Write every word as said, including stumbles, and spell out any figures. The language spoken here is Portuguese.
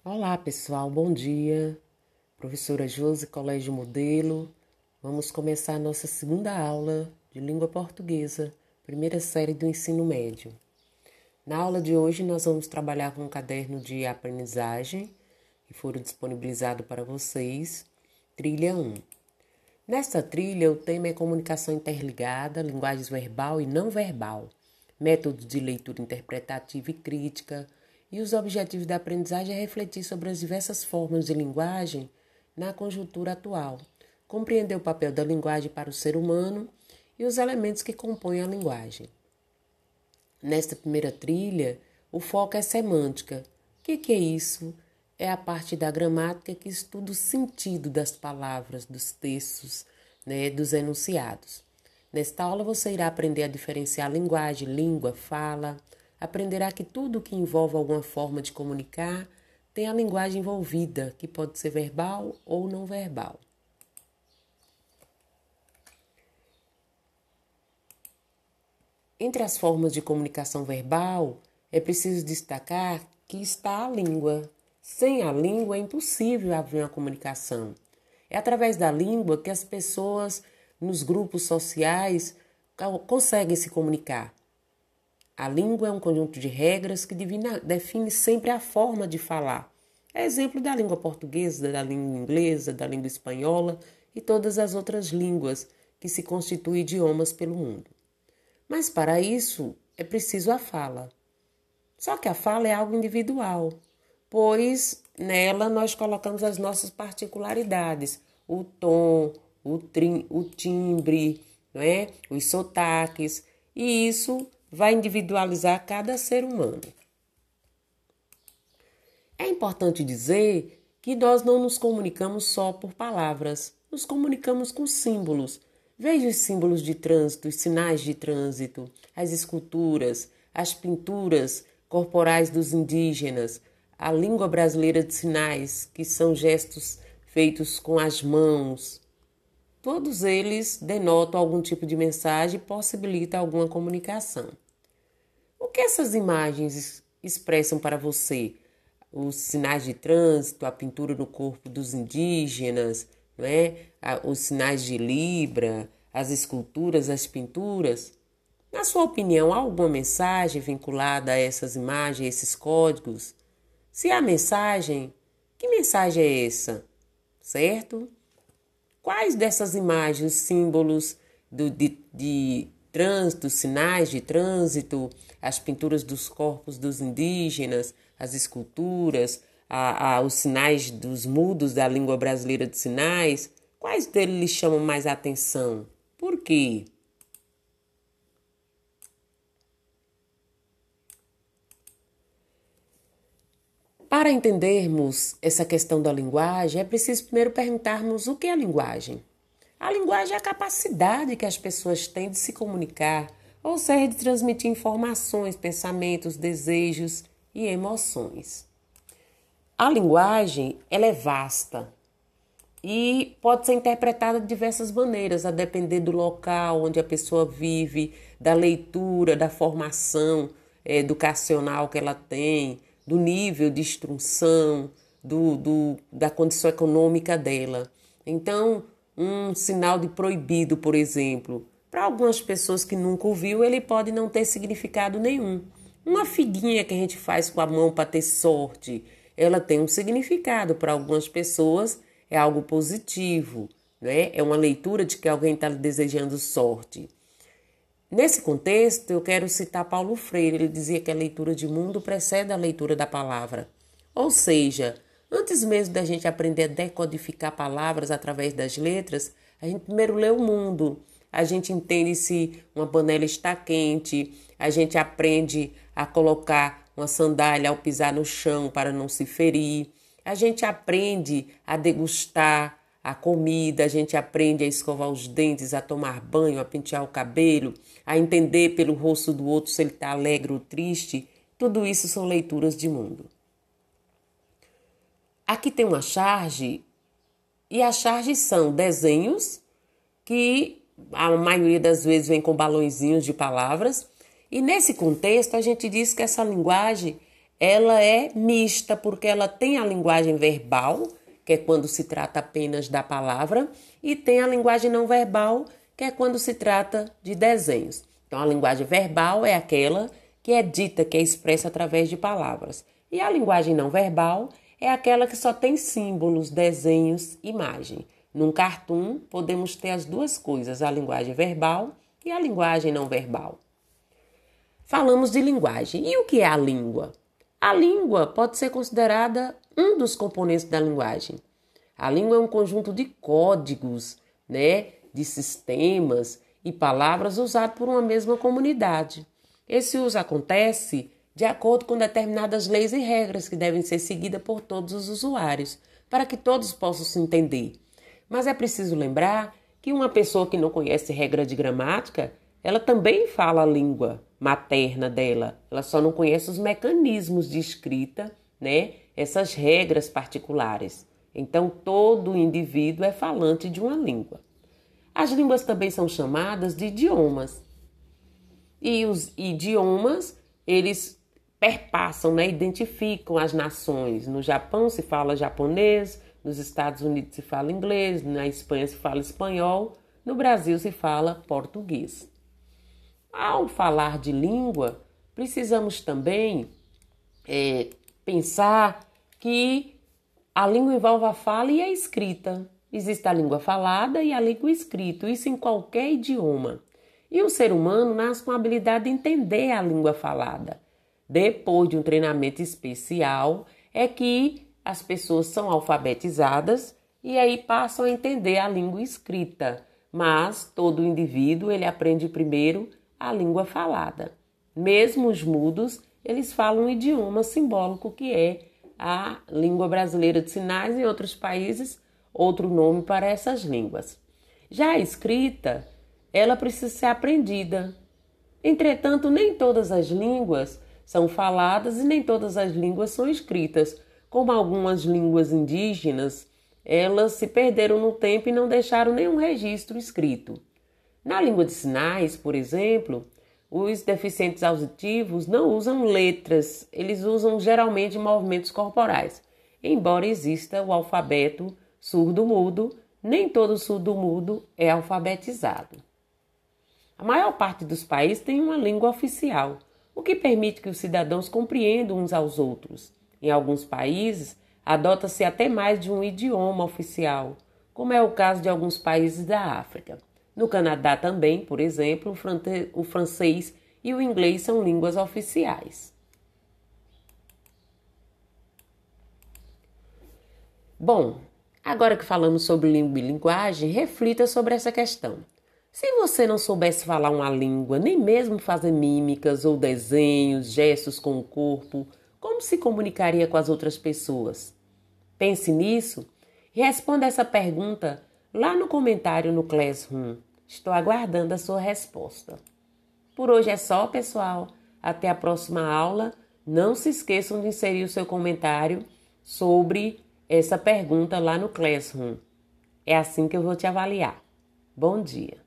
Olá, pessoal, bom dia. Professora Josi, Colégio Modelo. Vamos começar a nossa segunda aula de língua portuguesa, primeira série do ensino médio. Na aula de hoje, nós vamos trabalhar com um caderno de aprendizagem que foram disponibilizados para vocês, trilha um. Nesta trilha, o tema é comunicação interligada, linguagens verbal e não verbal, métodos de leitura interpretativa e crítica, e os objetivos da aprendizagem é refletir sobre as diversas formas de linguagem na conjuntura atual, compreender o papel da linguagem para o ser humano e os elementos que compõem a linguagem. Nesta primeira trilha, o foco é semântica. O que, que é isso? É a parte da gramática que estuda o sentido das palavras, dos textos, né, dos enunciados. Nesta aula você irá aprender a diferenciar linguagem, língua, fala, aprenderá que tudo que envolve alguma forma de comunicar tem a linguagem envolvida, que pode ser verbal ou não verbal. Entre as formas de comunicação verbal, é preciso destacar que está a língua. Sem a língua é impossível haver uma comunicação. É através da língua que as pessoas nos grupos sociais conseguem se comunicar. A língua é um conjunto de regras que define sempre a forma de falar. É exemplo da língua portuguesa, da língua inglesa, da língua espanhola e todas as outras línguas que se constituem idiomas pelo mundo. Mas para isso é preciso a fala. Só que a fala é algo individual, pois nela nós colocamos as nossas particularidades, o tom, o, trim, o timbre, não é? Os sotaques, e isso vai individualizar cada ser humano. É importante dizer que nós não nos comunicamos só por palavras, nos comunicamos com símbolos. Veja os símbolos de trânsito, os sinais de trânsito, as esculturas, as pinturas corporais dos indígenas, a língua brasileira de sinais, que são gestos feitos com as mãos. Todos eles denotam algum tipo de mensagem e possibilitam alguma comunicação. O que essas imagens expressam para você? Os sinais de trânsito, a pintura no corpo dos indígenas, não é? Os sinais de Libra, as esculturas, as pinturas. Na sua opinião, há alguma mensagem vinculada a essas imagens, a esses códigos? Se há mensagem, que mensagem é essa? Certo? Quais dessas imagens, símbolos do, de, de trânsito, sinais de trânsito, as pinturas dos corpos dos indígenas, as esculturas, a, a, os sinais dos mudos da língua brasileira de sinais, quais deles lhe chamam mais a atenção? Por quê? Para entendermos essa questão da linguagem, é preciso primeiro perguntarmos o que é a linguagem. A linguagem é a capacidade que as pessoas têm de se comunicar, ou seja, de transmitir informações, pensamentos, desejos e emoções. A linguagem, ela é vasta e pode ser interpretada de diversas maneiras, a depender do local onde a pessoa vive, da leitura, da formação educacional que ela tem, do nível de instrução, do, do, da condição econômica dela. Então, um sinal de proibido, por exemplo, para algumas pessoas que nunca ouviu, ele pode não ter significado nenhum. Uma figuinha que a gente faz com a mão para ter sorte, ela tem um significado. Para algumas pessoas é algo positivo, né? É uma leitura de que alguém está desejando sorte. Nesse contexto, eu quero citar Paulo Freire. Ele dizia que a leitura de mundo precede a leitura da palavra. Ou seja, antes mesmo da gente aprender a decodificar palavras através das letras, a gente primeiro lê o mundo. A gente entende se uma panela está quente, a gente aprende a colocar uma sandália ao pisar no chão para não se ferir, a gente aprende a degustar a comida, a gente aprende a escovar os dentes, a tomar banho, a pentear o cabelo, a entender pelo rosto do outro se ele está alegre ou triste. Tudo isso são leituras de mundo. Aqui tem uma charge, e as charges são desenhos que a maioria das vezes vem com balõezinhos de palavras, e nesse contexto a gente diz que essa linguagem ela é mista porque ela tem a linguagem verbal, que é quando se trata apenas da palavra, e tem a linguagem não verbal, que é quando se trata de desenhos. Então, a linguagem verbal é aquela que é dita, que é expressa através de palavras. E a linguagem não verbal é aquela que só tem símbolos, desenhos, imagem. Num cartoon, podemos ter as duas coisas, a linguagem verbal e a linguagem não verbal. Falamos de linguagem. E o que é a língua? A língua pode ser considerada um dos componentes da linguagem. A língua é um conjunto de códigos, né, de sistemas e palavras usados por uma mesma comunidade. Esse uso acontece de acordo com determinadas leis e regras que devem ser seguidas por todos os usuários, para que todos possam se entender. Mas é preciso lembrar que uma pessoa que não conhece regra de gramática, ela também fala a língua materna dela, ela só não conhece os mecanismos de escrita, né? Essas regras particulares. Então, todo indivíduo é falante de uma língua. As línguas também são chamadas de idiomas. E os idiomas, eles perpassam, né? Identificam as nações. No Japão se fala japonês, nos Estados Unidos se fala inglês, na Espanha se fala espanhol, no Brasil se fala português. Ao falar de língua, precisamos também é, pensar que a língua envolve a fala e a escrita. Existe a língua falada e a língua escrita, isso em qualquer idioma. E o ser humano nasce com a habilidade de entender a língua falada. Depois de um treinamento especial, é que as pessoas são alfabetizadas e aí passam a entender a língua escrita. Mas todo indivíduo ele aprende primeiro a língua falada. Mesmo os mudos, eles falam um idioma simbólico que é a língua brasileira de sinais, em outros países, outro nome para essas línguas. Já a escrita, ela precisa ser aprendida. Entretanto, nem todas as línguas são faladas e nem todas as línguas são escritas. Como algumas línguas indígenas, elas se perderam no tempo e não deixaram nenhum registro escrito. Na língua de sinais, por exemplo, os deficientes auditivos não usam letras, eles usam geralmente movimentos corporais. Embora exista o alfabeto surdo-mudo, nem todo surdo-mudo é alfabetizado. A maior parte dos países tem uma língua oficial, o que permite que os cidadãos compreendam uns aos outros. Em alguns países, adota-se até mais de um idioma oficial, como é o caso de alguns países da África. No Canadá também, por exemplo, o francês e o inglês são línguas oficiais. Bom, agora que falamos sobre língua e linguagem, reflita sobre essa questão. Se você não soubesse falar uma língua, nem mesmo fazer mímicas ou desenhos, gestos com o corpo, como se comunicaria com as outras pessoas? Pense nisso e responda essa pergunta lá no comentário no Classroom. Estou aguardando a sua resposta. Por hoje é só, pessoal. Até a próxima aula. Não se esqueçam de inserir o seu comentário sobre essa pergunta lá no Classroom. É assim que eu vou te avaliar. Bom dia.